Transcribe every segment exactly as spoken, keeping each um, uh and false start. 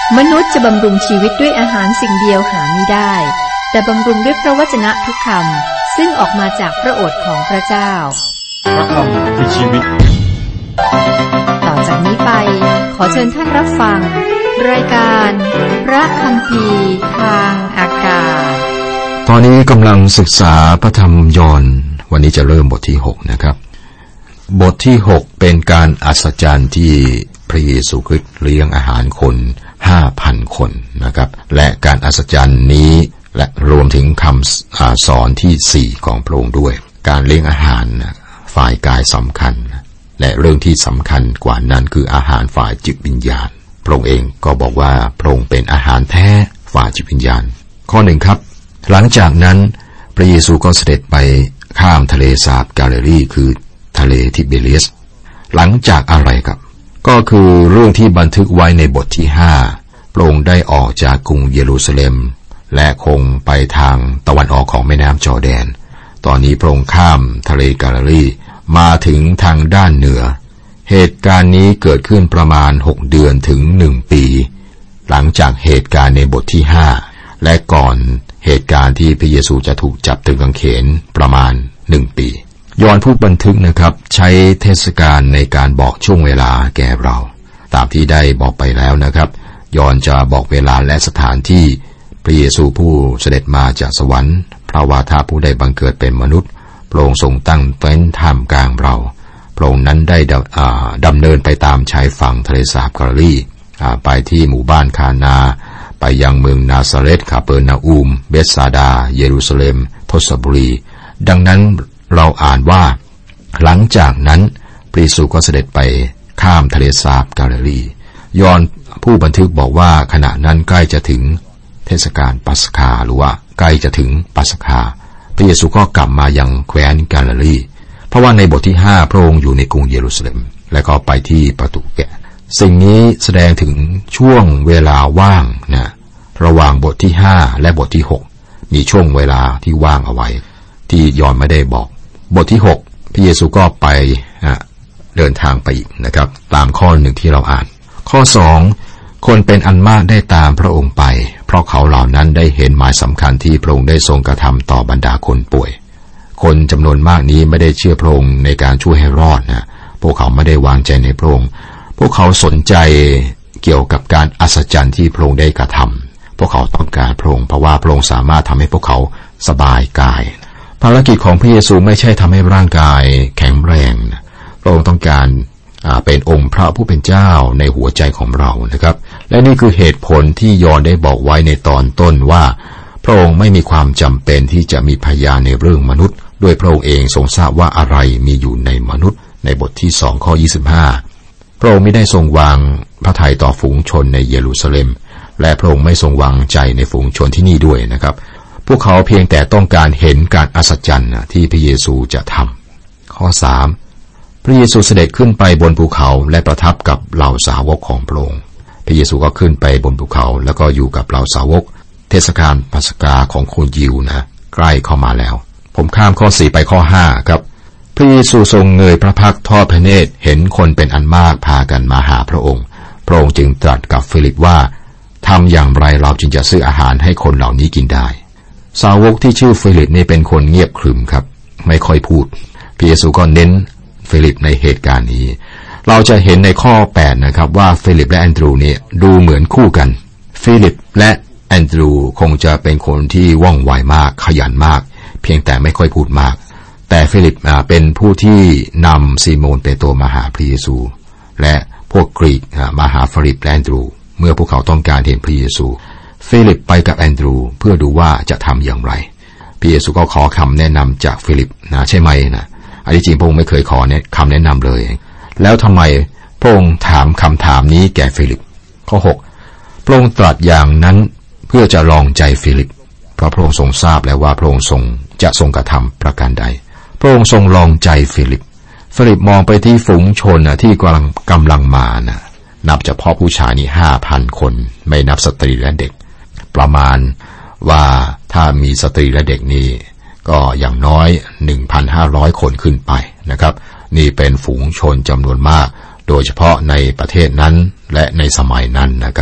มนุษย์จะบำรุงชีวิตด้วยอาหารสิ่งเดียวหาไม่ได้แต่บำรุงด้วยพระวจนะทุกคำซึ่งออกมาจากพระโอษฐ์ของพระเจ้าพระคำคือชีวิตต่อจากนี้ไปขอเชิญท่านรับฟังรายการพระคัมภีร์ทางอากาศตอนนี้กำลังศึกษาพระธรรมยอห์นวันนี้จะเริ่มบทที่หกนะครับบทที่หกเป็นการอัศจรรย์ที่พระเยซูคริสต์เลี้ยงอาหารคน ห้าพัน คนนะครับและการอัศจรรย์นี้และรวมถึงคำสอนที่สี่ของพระองค์ด้วยการเลี้ยงอาหารฝ่ายกายสำคัญและเรื่องที่สำคัญกว่านั้นคืออาหารฝ่ายจิตวิญญาณพระองค์เองก็บอกว่าพระองค์เป็นอาหารแท้ฝ่ายจิตวิญญาณข้อหนึ่งครับหลังจากนั้นพระเยซูก็เสด็จไปข้ามทะเลสาบกาลิลีคือทะเลทิเบเรียสหลังจากอะไรครับก็คือเรื่องที่บันทึกไว้ในบทที่ห้าพระองค์ได้ออกจากกรุงเยรูซาเล็มและคงไปทางตะวันออกของแม่น้ำจอร์แดนตอนนี้พระองค์ข้ามทะเลกาลิลีมาถึงทางด้านเหนือเหตุการณ์นี้เกิดขึ้นประมาณหกเดือนถึงหนึ่งปีหลังจากเหตุการณ์ในบทที่ห้าและก่อนเหตุการณ์ที่พระเยซูจะถูกจับตรึงกางเขนประมาณหนึ่งปียอห์นผู้บันทึกนะครับใช้เทศกาลในการบอกช่วงเวลาแก่เราตามที่ได้บอกไปแล้วนะครับยอห์นจะบอกเวลาและสถานที่พระเยซูผู้เสด็จมาจากสวรรค์พระวาทาผู้ได้บังเกิดเป็นมนุษย์พระองค์ทรงตั้งเต็นท์ท่ามกลางเราพระองค์นั้นได้ดำเนินไปตามชายฝั่งทะเลสาบกาลิลีไปที่หมู่บ้านคานาไปยังเมืองนาซาเรตคาเปอร์นาอูมเบธซาดาเยรูซาเล็มทศบุรีดังนั้นเราอ่านว่าหลังจากนั้นพระเยซูก็เสด็จไปข้ามทะเลสาบกาลิลียอห์นผู้บันทึกบอกว่าขณะนั้นใกล้จะถึงเทศกาลปัสกาหรือว่าใกล้จะถึงปัสกาพระเยซูก็กลับมายังแคว้นกาลิลีเพราะว่าในบทที่ห้าพระองค์อยู่ในกรุงเยรูซาเล็มและก็ไปที่ประตูแกะสิ่งนี้แสดงถึงช่วงเวลาว่างนะระหว่างบทที่ห้าและบทที่หกมีช่วงเวลาที่ว่างเอาไว้ที่ยอห์นไม่ได้บอกบทที่หกพระเยซูก็ไปเดินทางไปอีกนะครับตามข้อหนึ่งที่เราอ่านข้อสองคนเป็นอันมากได้ตามพระองค์ไปเพราะเขาเหล่านั้นได้เห็นหมายสำคัญที่พระองค์ได้ทรงกระทำต่อบรรดาคนป่วยคนจำนวนมากนี้ไม่ได้เชื่อพระองค์ในการช่วยให้รอดนะพวกเขาไม่ได้วางใจในพระองค์พวกเขาสนใจเกี่ยวกับการอัศจรรย์ที่พระองค์ได้กระทำพวกเขาต้องการพระองค์เพราะว่าพระองค์สามารถทำให้พวกเขาสบายกายภารกิจของพระเยซูไม่ใช่ทำให้ร่างกายแข็งแรงพระองค์ต้องการเป็นองค์พระผู้เป็นเจ้าในหัวใจของเรานะครับและนี่คือเหตุผลที่ยอห์นได้บอกไว้ในตอนต้นว่าพระองค์ไม่มีความจำเป็นที่จะมีพยานในเรื่องมนุษย์ด้วยพระองค์เองทรงทราบว่าอะไรมีอยู่ในมนุษย์ในบทที่สองข้อยี่สิบห้าพระองค์ไม่ได้ทรงวางพระทัยต่อฝูงชนในเยรูซาเล็มและพระองค์ไม่ทรงวางใจในฝูงชนที่นี่ด้วยนะครับพวกเขาเพียงแต่ต้องการเห็นการอัศจรรย์ที่พระเยซูจะทำข้อสามพระเยซูเสด็จขึ้นไปบนภูเขาและประทับกับเหล่าสาวกของพระองค์พระเยซูก็ขึ้นไปบนภูเขาแล้วก็อยู่กับเหล่าสาวกเทศกาลปัสกาของคนยิวนะใกล้เข้ามาแล้วผมข้ามข้อสี่ไปข้อห้าครับพระเยซูทรงเงยพระพักตร์ทอดพระเนตรเห็นคนเป็นอันมากพากันมาหาพระองค์พระองค์จึงตรัสกับฟิลิปว่าทำอย่างไรเราจึงจะซื้ออาหารให้คนเหล่านี้กินได้สาวกที่ชื่อฟิลิปนี่เป็นคนเงียบขรึมครับไม่ค่อยพูดพระเยซูก็เน้นฟิลิปในเหตุการณ์นี้เราจะเห็นในข้อแปดนะครับว่าฟิลิปและแอนดรูนี่ดูเหมือนคู่กันฟิลิปและแอนดรูคงจะเป็นคนที่ว่องไวมากขยันมากเพียงแต่ไม่ค่อยพูดมากแต่ฟิลิปเป็นผู้ที่นำซีโมนเปโตรมาหาพระเยซูและพวกกรีกมาหาฟิลิปและแอนดรูเมื่อพวกเขาต้องการเห็นพระเยซูฟิลิปไปกับแอนดรูเพื่อดูว่าจะทำอย่างไรพระเยซูก็ขอคำแนะนำจากฟิลิปนะใช่ไหมนะอันที่จริงพระองค์ไม่เคยขอคำแนะนำเลยแล้วทำไมพระองค์ถามคำถามนี้แก่ฟิลิปข้อหกพระองค์ตรัสอย่างนั้นเพื่อจะลองใจฟิลิปเพราะพระองค์ทรงทราบแล้วว่าพระองค์ทรงจะทรงกระทำประการใดพระองค์ทรงลองใจฟิลิปฟิลิปมองไปที่ฝูงชนนะที่กำลังกำลังมานะนับเฉพาะผู้ชายนี่ห้าพันคนไม่นับสตรีและเด็กประมาณว่าถ้ามีสตรีและเด็กนี่ก็อย่างน้อย หนึ่งพันห้าร้อย คนขึ้นไปนะครับนี่เป็นฝูงชนจำนวนมากโดยเฉพาะในประเทศนั้นและในสมัยนั้นนะครับ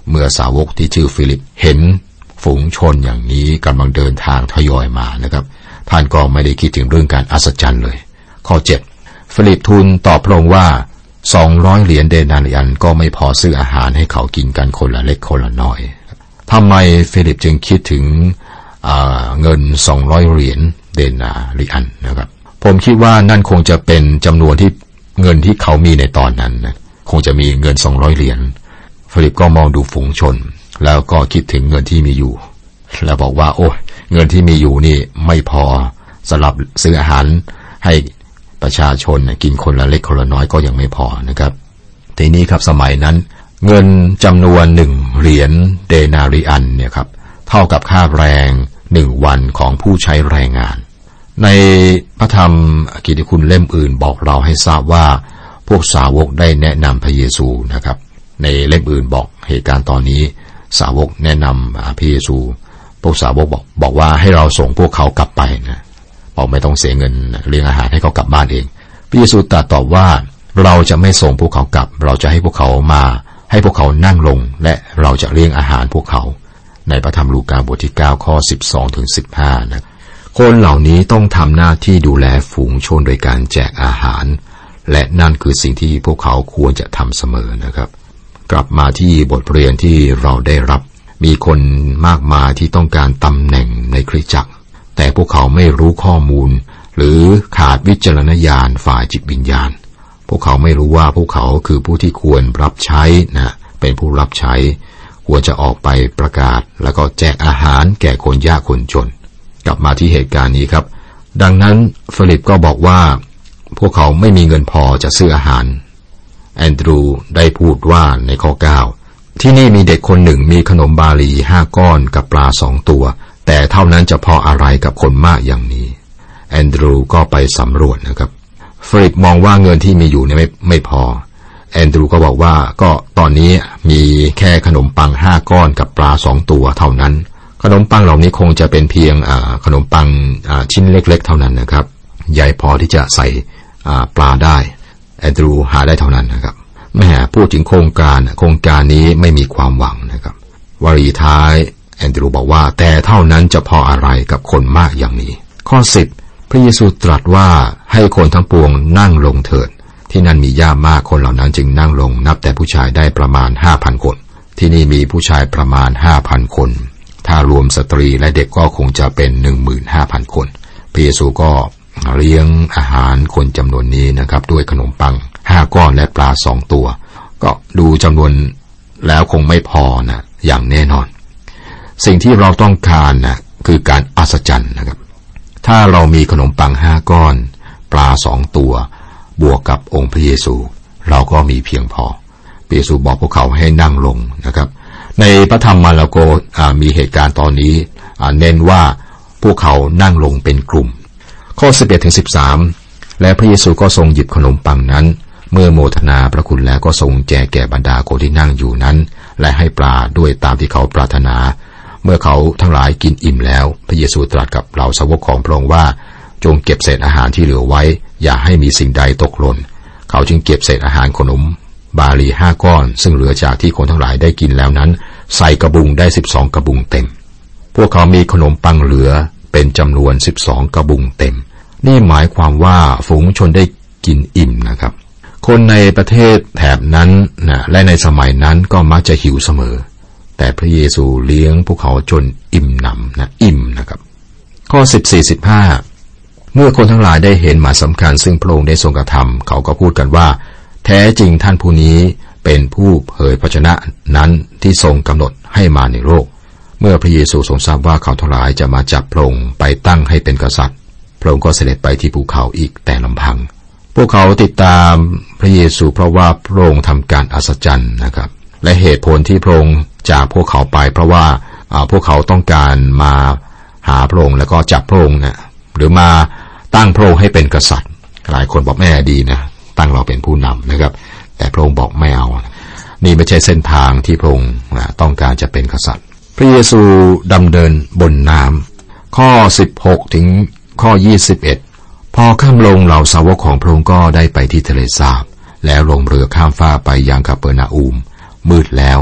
เมื่อสาวกที่ชื่อฟิลิปเห็นฝูงชนอย่างนี้กำลังเดินทางทยอยมานะครับท่านก็ไม่ได้คิดถึงเรื่องการอัศจรรย์เลยข้อเจ็ดฟิลิปทูลตอบพระองค์ว่าสองร้อยเหรียญเดนาริอันก็ไม่พอซื้ออาหารให้เขากินกันคนละเล็กคนละน้อยทำไมฟิลิปจึงคิดถึงเงินสองร้อยเหรียญเดนาริอันนะครับผมคิดว่านั่นคงจะเป็นจำนวนที่เงินที่เขามีในตอนนั้นนะคงจะมีเงินสองร้อยเหรียญฟิลิปก็มองดูฝูงชนแล้วก็คิดถึงเงินที่มีอยู่แล้วบอกว่าโอ้เงินที่มีอยู่นี่ไม่พอสำหรับซื้ออาหารให้ประชาชนกินคนละเล็กคนละน้อยก็ยังไม่พอนะครับทีนี้ครับสมัยนั้นเงินจำนวนหนึ่งเหรียญเดนาริอันเนี่ยครับเท่ากับค่าแรงหนึ่งวันของผู้ใช้แรงงานในพระธรรมกิตติคุณเล่มอื่นบอกเราให้ทราบว่าพวกสาวกได้แนะนำพระเยซูนะครับในเล่มอื่นบอกเหตุการณ์ตอนนี้สาวกแนะนำพระเยซูพวกสาวกบอกบอกว่าให้เราส่งพวกเขากลับไปนะบอกไม่ต้องเสียเงินเลี้ยงอาหารให้เขากลับบ้านเองพระเยซูตรัสตอบว่าเราจะไม่ส่งพวกเขากลับเราจะให้พวกเขามาให้พวกเขานั่งลงและเราจะเลี้ยงอาหารพวกเขาในพระธรรมลูกาบทที่เก้าข้อสิบสองถึงสิบห้านะคนเหล่านี้ต้องทำหน้าที่ดูแลฝูงชนโดยการแจกอาหารและนั่นคือสิ่งที่พวกเขาควรจะทำเสมอนะครับกลับมาที่บทเรียนที่เราได้รับมีคนมากมายที่ต้องการตำแหน่งในคริสตจักรแต่พวกเขาไม่รู้ข้อมูลหรือขาดวิจารณญาณฝ่ายจิตวิญญาณพวกเขาไม่รู้ว่าพวกเขาคือผู้ที่ควรรับใช้นะเป็นผู้รับใช้ควรจะออกไปประกาศแล้วก็แจกอาหารแก่คนยากคนจนกลับมาที่เหตุการณ์นี้ครับดังนั้นฟิลิปก็บอกว่าพวกเขาไม่มีเงินพอจะซื้ออาหารแอนดรูได้พูดว่าในข้อเก้าที่นี่มีเด็กคนหนึ่งมีขนมบาลีห้าก้อนกับปลาสองตัวแต่เท่านั้นจะพออะไรกับคนมากอย่างนี้แอนดรูก็ไปสำรวจนะครับฟิลิปมองว่าเงินที่มีอยู่เนี่ยไม่ไม่พอแอนดรูก็บอกว่าก็ตอนนี้มีแค่ขนมปังห้าก้อนกับปลาสองตัวเท่านั้นขนมปังเหล่านี้คงจะเป็นเพียงขนมปังชิ้นเล็กๆเท่านั้นนะครับใหญ่พอที่จะใส่ปลาได้แอนดรูหาได้เท่านั้นนะครับแม่พูดถึงโครงการโครงการนี้ไม่มีความหวังนะครับวลีท้ายแอนดรูบอกว่าแต่เท่านั้นจะพออะไรกับคนมากอย่างนี้ข้อสิบพระเยซูตรัสว่าให้คนทั้งปวงนั่งลงเถิดที่นั่นมีญาติมากคนเหล่านั้นจึงนั่งลงนับแต่ผู้ชายได้ประมาณ ห้าพัน คนที่นี่มีผู้ชายประมาณ ห้าพัน คนถ้ารวมสตรีและเด็กก็คงจะเป็น หนึ่งหมื่นห้าพัน คนพระเยซูก็เลี้ยงอาหารคนจำนวนนี้นะครับด้วยขนมปังห้าก้อนและปลาสองตัวก็ดูจำนวนแล้วคงไม่พอนะอย่างแน่นอนสิ่งที่เราต้องการนะคือการอัศจรรย์นะครับถ้าเรามีขนมปังห้าก้อนปลาสองตัวบวกกับองค์พระเยซูเราก็มีเพียงพอพระเยซูบอกพวกเขาให้นั่งลงนะครับในพระธรรมมาระโกมีเหตุการณ์ตอนนี้เน้นว่าพวกเขานั่งลงเป็นกลุ่มข้อสิบเอ็ดถึงสิบสามและพระเยซูก็ทรงหยิบขนมปังนั้นเมื่อโมทนาพระคุณแล้วก็ทรงแจกแก่บรรดาคนที่นั่งอยู่นั้นและให้ปลาด้วยตามที่เขาปรารถนาเมื่อเขาทั้งหลายกินอิ่มแล้วพระเยซูตรัสกับเหล่าสาวกของพระองค์ว่าจงเก็บเศษอาหารที่เหลือไว้อย่าให้มีสิ่งใดตกหล่นเขาจึงเก็บเศษอาหารขนมบาลีห้าก้อนซึ่งเหลือจากที่คนทั้งหลายได้กินแล้วนั้นใส่กระบุงได้สิบสองกระบุงเต็มพวกเขามีขนมปังเหลือเป็นจำนวนสิบสองกระบุงเต็มนี่หมายความว่าฝูงชนได้กินอิ่มนะครับคนในประเทศแถบนั้นนะและในสมัยนั้นก็มักจะหิวเสมอแต่พระเยซูเลี้ยงพวกเขาจนอิ่มหนำนะอิ่มนะครับข้อสิบสี่ สิบห้าเมื่อคนทั้งหลายได้เห็นหมายสำคัญซึ่งพระองค์ได้ทรงกระทำเขาก็พูดกันว่าแท้จริงท่านผู้นี้เป็นผู้เผยพระชนะนั้นที่ทรงกำหนดให้มาในโลกเมื่อพระเยซูทรงทราบว่าเขาทั้งหลายจะมาจับพระองค์ไปตั้งให้เป็นกษัตริย์พระองค์ก็เสด็จไปที่ภูเขาอีกแต่ลำพังพวกเขาติดตามพระเยซูเพราะว่าพระองค์ทำการอัศจรรย์นะครับและเหตุผลที่พระองค์จากพวกเขาไปเพราะว่าพวกเขาต้องการมาหาพระองค์แล้วก็จับพระองค์นะหรือมาตั้งพระองค์ให้เป็นกษัตริย์หลายคนบอกแม่ดีนะตั้งเราเป็นผู้นำนะครับแต่พระองค์บอกไม่เอานี่ไม่ใช่เส้นทางที่พระองค์ต้องการจะเป็นกษัตริย์พระเยซูดำเนินบนน้ำข้อสิบหกถึงข้อยี่สิบเอ็ดพอข้ามลงเหล่าสาวกของพระองค์ก็ได้ไปที่ทะเลสาบแล้วลงเรือข้ามฟ้าไปยังคาเปอร์นาอูมมืดแล้ว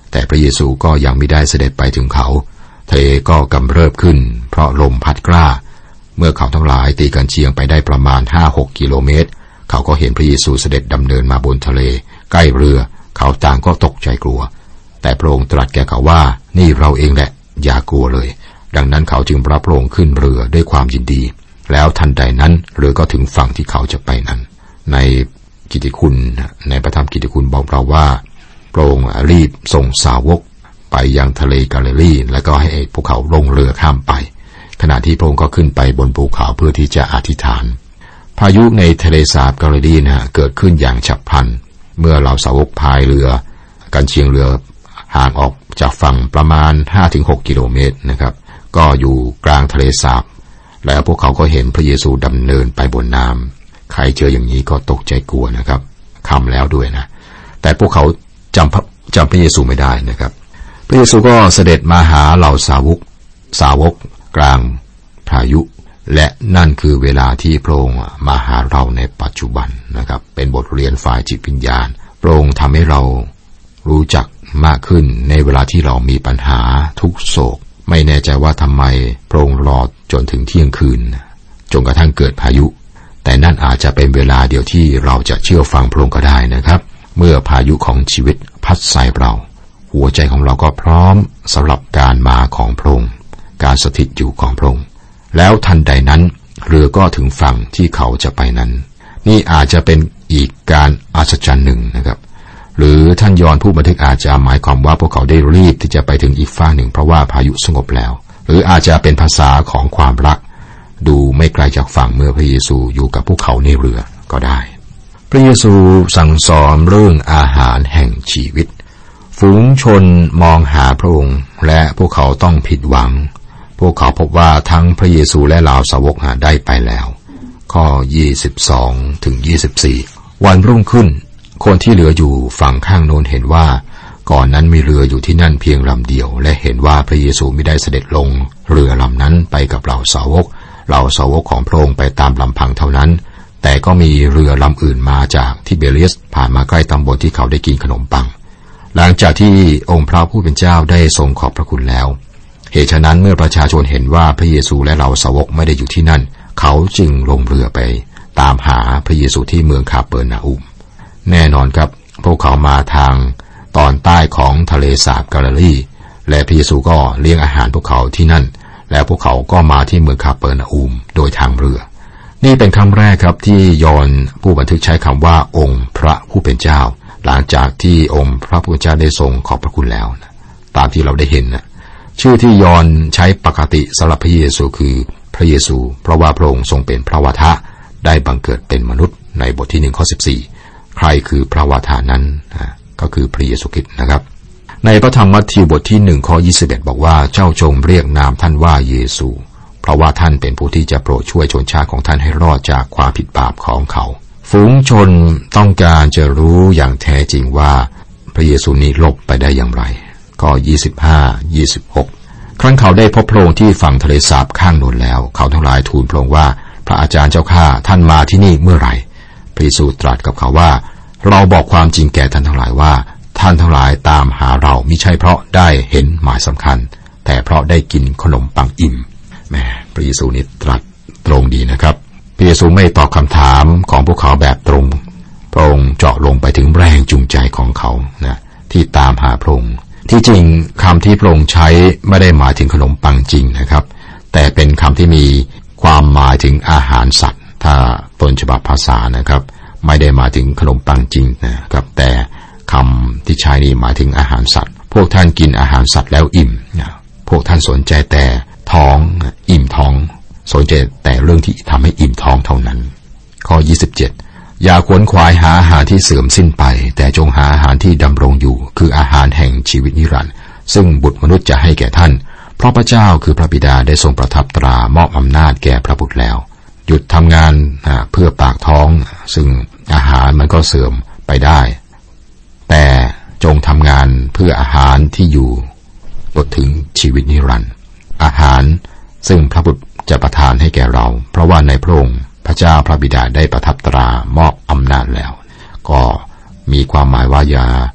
แต่พระเยซูก็ยังไม่ได้เสด็จไปถึงเขาทะเลก็กำเริบขึ้นเพราะลมพัดกล้าเมื่อเขาทั้งหลายตีกันเชียงไปได้ประมาณ ห้าหก กิโลเมตรเขาก็เห็นพระเยซูเสด็จดำเนินมาบนทะเลใกล้เรือเขาต่างก็ตกใจกลัวแต่พระองค์ตรัสแก่เขาว่านี่เราเองแหละอย่ากลัวเลยดังนั้นเขาจึงรับพระองค์ขึ้นเรือด้วยความยินดีแล้วทันใดนั้นเรือก็ถึงฝั่งที่เขาจะไปนั้นในกิตติคุณในพระธรรมกิตติคุณบอกเราว่าพระองค์รีบส่งสาวกไปยังทะเลกาลิลีแล้วก็ให้พวกเขาลงเรือข้ามไปขณะที่พระองค์ก็ขึ้นไปบนภูเขาเพื่อที่จะอธิษฐานพายุในทะเลสาบกาลิลีนะเกิดขึ้นอย่างฉับพลันเมื่อเหล่าสาวกพายเรือกันเชียงเรือห่างออกจากฝั่งประมาณ ห้าถึงหก กิโลเมตรนะครับก็อยู่กลางทะเลสาบแล้วพวกเขาก็เห็นพระเยซูดำเนินไปบนน้ำใครเจออย่างนี้ก็ตกใจกลัวนะครับคำแล้วด้วยนะแต่พวกเขาจำจำพระเยซูไม่ได้นะครับพระเยซูก็เสด็จมาหาเหล่าสาวกสาวกกลางพายุและนั่นคือเวลาที่พระองค์มาหาเราในปัจจุบันนะครับเป็นบทเรียนฝ่ายจิตวิญญาณพระองค์ทำให้เรารู้จักมากขึ้นในเวลาที่เรามีปัญหาทุกโศกไม่แน่ใจว่าทำไมพระองค์รอจนถึงเที่ยงคืนจนกระทั่งเกิดพายุแต่นั่นอาจจะเป็นเวลาเดียวที่เราจะเชื่อฟังพระองค์ก็ได้นะครับเมื่อพายุของชีวิตพัดใส่เราหัวใจของเราก็พร้อมสำหรับการมาของพระองค์การสถิตอยู่ของพระองค์แล้วทันใดนั้นเรือก็ถึงฝั่งที่เขาจะไปนั้นนี่อาจจะเป็นอีกการอัศจรรย์หนึ่งนะครับหรือท่านยอห์นผู้บันทึกอาจจะหมายความว่าพวกเขาได้รีบที่จะไปถึงอีกฝั่งหนึ่งเพราะว่าพายุสงบแล้วหรืออาจจะเป็นภาษาของความรักดูไม่ไกลจากฝั่งเมื่อพระเยซูอยู่กับพวกเขาในเรือก็ได้พระเยซูสั่งสอนเรื่องอาหารแห่งชีวิตฝูงชนมองหาพระองค์และพวกเขาต้องผิดหวังพวกเขาพบว่าทั้งพระเยซูและเหล่าสาวกหาได้ไปแล้วข้อยี่สิบสองถึงยี่สิบสี่วันรุ่งขึ้นคนที่เหลืออยู่ฝั่งข้างโน้นเห็นว่าก่อนนั้นมีเรืออยู่ที่นั่นเพียงลำเดียวและเห็นว่าพระเยซูไม่ได้เสด็จลงเรือลำนั้นไปกับเหล่าสาวกเหล่าสาวกของพระองค์ไปตามลำพังเท่านั้นแต่ก็มีเรือลำอื่นมาจากทิเบเรียสผ่านมาใกล้ตำบลที่เขาได้กินขนมปังหลังจากที่องค์พระผู้เป็นเจ้าได้ทรงขอบพระคุณแล้วเหตุฉะนั้นเมื่อประชาชนเห็นว่าพระเยซูและเหล่าสาวกไม่ได้อยู่ที่นั่นเขาจึงลงเรือไปตามหาพระเยซูที่เมืองคาเปอร์นาอุมแน่นอนครับพวกเขามาทางตอนใต้ของทะเลสาบกาลิลีและพระเยซูก็เลี้ยงอาหารพวกเขาที่นั่นและพวกเขาก็มาที่เมืองคาเปอร์นาอุมโดยทางเรือนี่เป็นครั้งแรกครับที่ยอห์นผู้บันทึกใช้คำว่าองค์พระผู้เป็นเจ้าหลังจากที่องค์พระผู้เป็นเจ้าได้ทรงขอบพระคุณแล้วนะตามที่เราได้เห็นนะชื่อที่ยอห์นใช้ปกติสำหรับพระเยซูคือพระเยซูเพราะว่าพระองค์ทรงเป็นพระวาทะได้บังเกิดเป็นมนุษย์ในบทที่หนึ่งข้อสิบสี่ใครคือพระวาทะนั้นนะก็คือพระเยซูคริสต์นะครับในพระธรรมมัทธิวบทที่หนึ่งข้อยี่สิบเอ็ดบอกว่าเจ้าจงเรียกนามท่านว่าเยซูเพราะว่าท่านเป็นผู้ที่จะโปรดช่วยชนชาติของท่านให้รอดจากความผิดบาปของเขาฝูงชนต้องการจะรู้อย่างแท้จริงว่าพระเยซูนี้หลบไปได้อย่างไรข้อยี่สิบห้า ยี่สิบหกครั้นเขาได้พบพระองค์ที่ฝั่งทะเลสาบข้างโน้นแล้วเขาทั้งหลายทูลพระองค์ว่าพระอาจารย์เจ้าข้าท่านมาที่นี่เมื่อไหร่พระเยซูตรัสกับเขาว่าเราบอกความจริงแก่ท่านทั้งหลายว่าท่านทั้งหลายตามหาเรามิใช่เพราะได้เห็นหมายสำคัญแต่เพราะได้กินขนมปังอิ่มแม่พระเยซูนี่ตรัสตรงดีนะครับพระเยซูไม่ตอบคำถามของพวกเขาแบบตรงพระองค์เจาะลงไปถึงแรงจูงใจของเขานะที่ตามหาพระองค์ที่จริงคำที่พระองค์ใช้ไม่ได้หมายถึงขนมปังจริงนะครับแต่เป็นคำที่มีความหมายถึงอาหารสัตว์ถ้าต้นฉบับภาษานะครับไม่ได้หมายถึงขนมปังจริงนะครับแต่คำที่ใช้นี้หมายถึงอาหารสัตว์พวกท่านกินอาหารสัตว์แล้วอิ่มนะพวกท่านสนใจแต่ท้องอิ่มท้องสนใจแต่เรื่องที่ทำให้อิ่มท้องเท่านั้นข้อยี่สิบเจ็ดอย่าขวนขวายหาอาหารที่เสื่อมสิ้นไปแต่จงหาอาหารที่ดำรงอยู่คืออาหารแห่งชีวิตนิรันดร์ซึ่งบุตรมนุษย์จะให้แก่ท่านเพราะพระเจ้าคือพระบิดาได้ทรงประทับตรามอบอำนาจแก่พระบุตรแล้วหยุดทำงานเพื่อปากท้องซึ่งอาหารมันก็เสื่อมไปได้แต่จงทำงานเพื่ออาหารที่อยู่จนถึงชีวิตนิรันดร์อาหารซึ่งพระบุตรจะประทานให้แก่เราเพราะว่าในพระองค์พระเจ้าพระบิดาได้ประทับตรามอบอำนาจแล้วก็มีความหมายว่าอย่า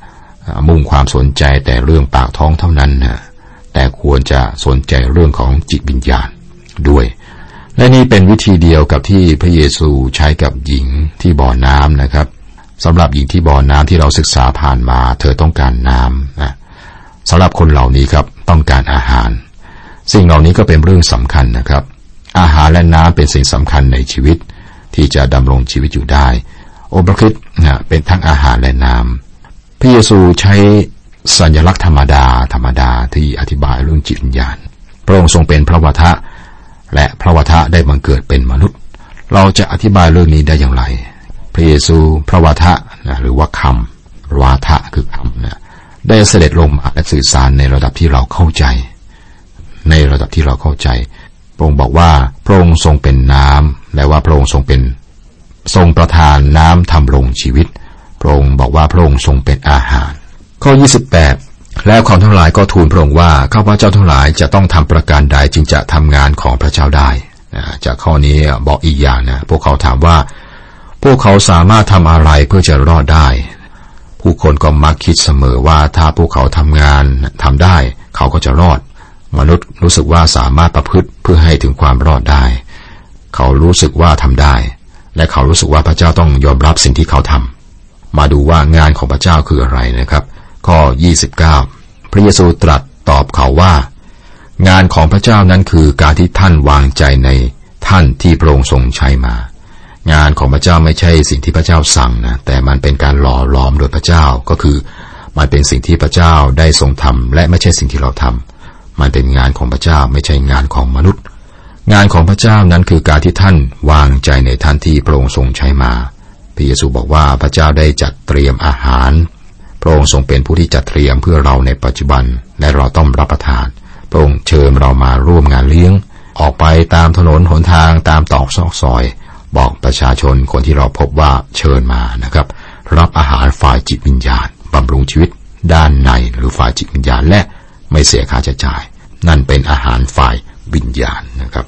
มุ่งความสนใจแต่เรื่องปากท้องเท่านั้นนะแต่ควรจะสนใจเรื่องของจิตวิญญาณด้วยและนี่เป็นวิธีเดียวกับที่พระเยซูใช้กับหญิงที่บ่อน้ำนะครับสำหรับหญิงที่บ่อน้ำที่เราศึกษาผ่านมาเธอต้องการน้ำนะสำหรับคนเหล่านี้ครับต้องการอาหารสิ่งเหล่านี้ก็เป็นเรื่องสำคัญนะครับอาหารและน้ำเป็นสิ่งสำคัญในชีวิตที่จะดำรงชีวิตอยู่ได้องค์พระคริสต์นะเป็นทั้งอาหารและน้ำพระเยซูใช้สัญลักษณ์ธรรมดาธรรมดาที่อธิบายเรื่องจิตวิญญาณพระองค์ทรงเป็นพระวทะและพระวทะได้บังเกิดเป็นมนุษย์เราจะอธิบายเรื่องนี้ได้อย่างไรพระเยซูพระวทะนะหรือว่าคำวาทะคือคำนะได้เสด็จลงมาและสื่อสารในระดับที่เราเข้าใจในระดับที่เราเข้าใจพระองค์บอกว่าพระองค์ทรงเป็นน้ำและว่าพระองค์ทรงเป็นทรงประทานน้ำทำลงชีวิตพระองค์บอกว่าพระองค์ทรงเป็นอาหารข้อยี่สิบแปดแล้วเขาทั้งหลายก็ทูลพระองค์ว่าข้าพเจ้าทั้งหลายจะต้องทำประการใดจึงจะทำงานของพระเจ้าได้จากข้อนี้บอกอีกอย่างนะพวกเขาถามว่าพวกเขาสามารถทำอะไรเพื่อจะรอดได้ผู้คนก็มักคิดเสมอว่าถ้าพวกเขาทำงานทำได้เขาก็จะรอดมนุษย์รู้สึกว่าสามารถประพฤติเพื่อให้ถึงความรอดได้เขารู้สึกว่าทำได้และเขารู้สึกว่าพระเจ้าต้องยอมรับสิ่งที่เขาทำมาดูว่างานของพระเจ้าคืออะไรนะครับข้อยี่สิบเก้าพระเยซูตรัสตอบเขาว่างานของพระเจ้านั้นคือการที่ท่านวางใจในท่านที่พระองค์ทรงใช้มางานของพระเจ้าไม่ใช่สิ่งที่พระเจ้าสั่งนะแต่มันเป็นการหล่อหลอมโดยพระเจ้าก็คือมันเป็นสิ่งที่พระเจ้าได้ทรงทำและไม่ใช่สิ่งที่เราทำมันเป็นงานของพระเจ้าไม่ใช่งานของมนุษย์งานของพระเจ้านั้นคือการที่ท่านวางใจในท่านที่พระองค์ทรงใช้มาพระเยซูบอกว่าพระเจ้าได้จัดเตรียมอาหารพระองค์ทรงเป็นผู้ที่จัดเตรียมเพื่อเราในปัจจุบันและเราต้องรับประทานพระองค์เชิญเรามาร่วมงานเลี้ยงออกไปตามถนนหนทางตามตอกซอกซอยบอกประชาชนคนที่เราพบว่าเชิญมานะครับรับอาหารฝ่ายจิตวิญญาณบำรุงชีวิตด้านในหรือฝ่ายจิตวิญญาณและไม่เสียค่าใช้จ่ายนั่นเป็นอาหารฝ่ายวิญญาณนะครับ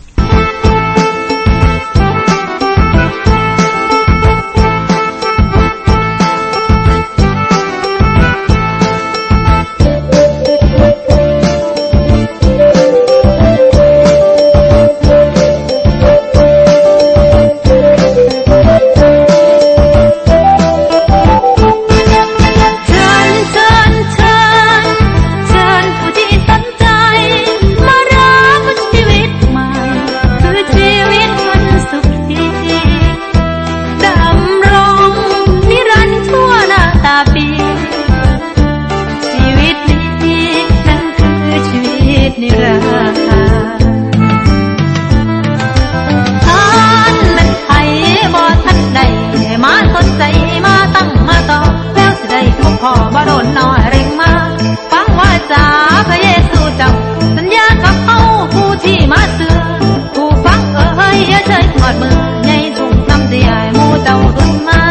พ่อบ่โดนน้อยเร่งมาฟังว่าจาพระเยซูเจ้าสัญญากับเขาผู้ที่มาเสือผู้ฟังเอ้ยอย่าเฉยทอดมือใหญ่ทุ่งน้ำเสียหมู่เจ้าดุนมา